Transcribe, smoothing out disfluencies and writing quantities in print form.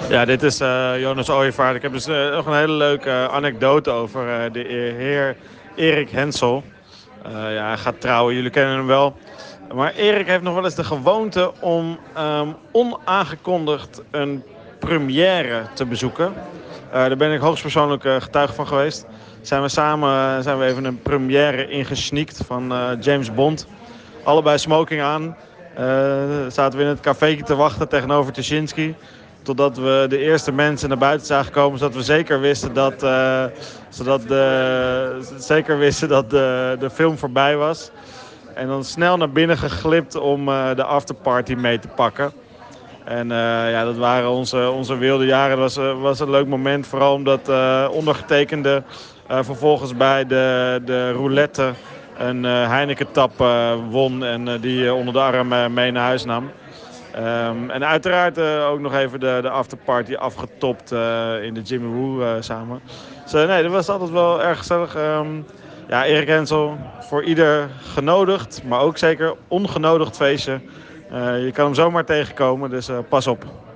Ja, dit is Jonas Ooyevaart. Ik heb dus nog een hele leuke anekdote over de heer Erik Hensel. Ja, hij gaat trouwen, jullie kennen hem wel. Maar Erik heeft nog wel eens de gewoonte om onaangekondigd een première te bezoeken. Daar ben ik hoogstpersoonlijk getuige van geweest. Zijn we even een première ingesneakt van James Bond. Allebei smoking aan. Zaten we in het cafeetje te wachten tegenover Tuschinski. Totdat we de eerste mensen naar buiten zagen komen. Zodat we zeker wisten dat de film voorbij was. En dan snel naar binnen geglipt om de afterparty mee te pakken. En ja, dat waren onze wilde jaren. Dat was een leuk moment. Vooral omdat ondergetekende vervolgens bij de roulette een Heineken-tap won. En die onder de arm mee naar huis nam. En uiteraard ook nog even de afterparty afgetopt in de Jimmy Woo samen. Dus nee, dat was altijd wel erg gezellig. Ja, Erik Hensel, voor ieder genodigd, maar ook zeker ongenodigd feestje. Je kan hem zomaar tegenkomen, dus pas op.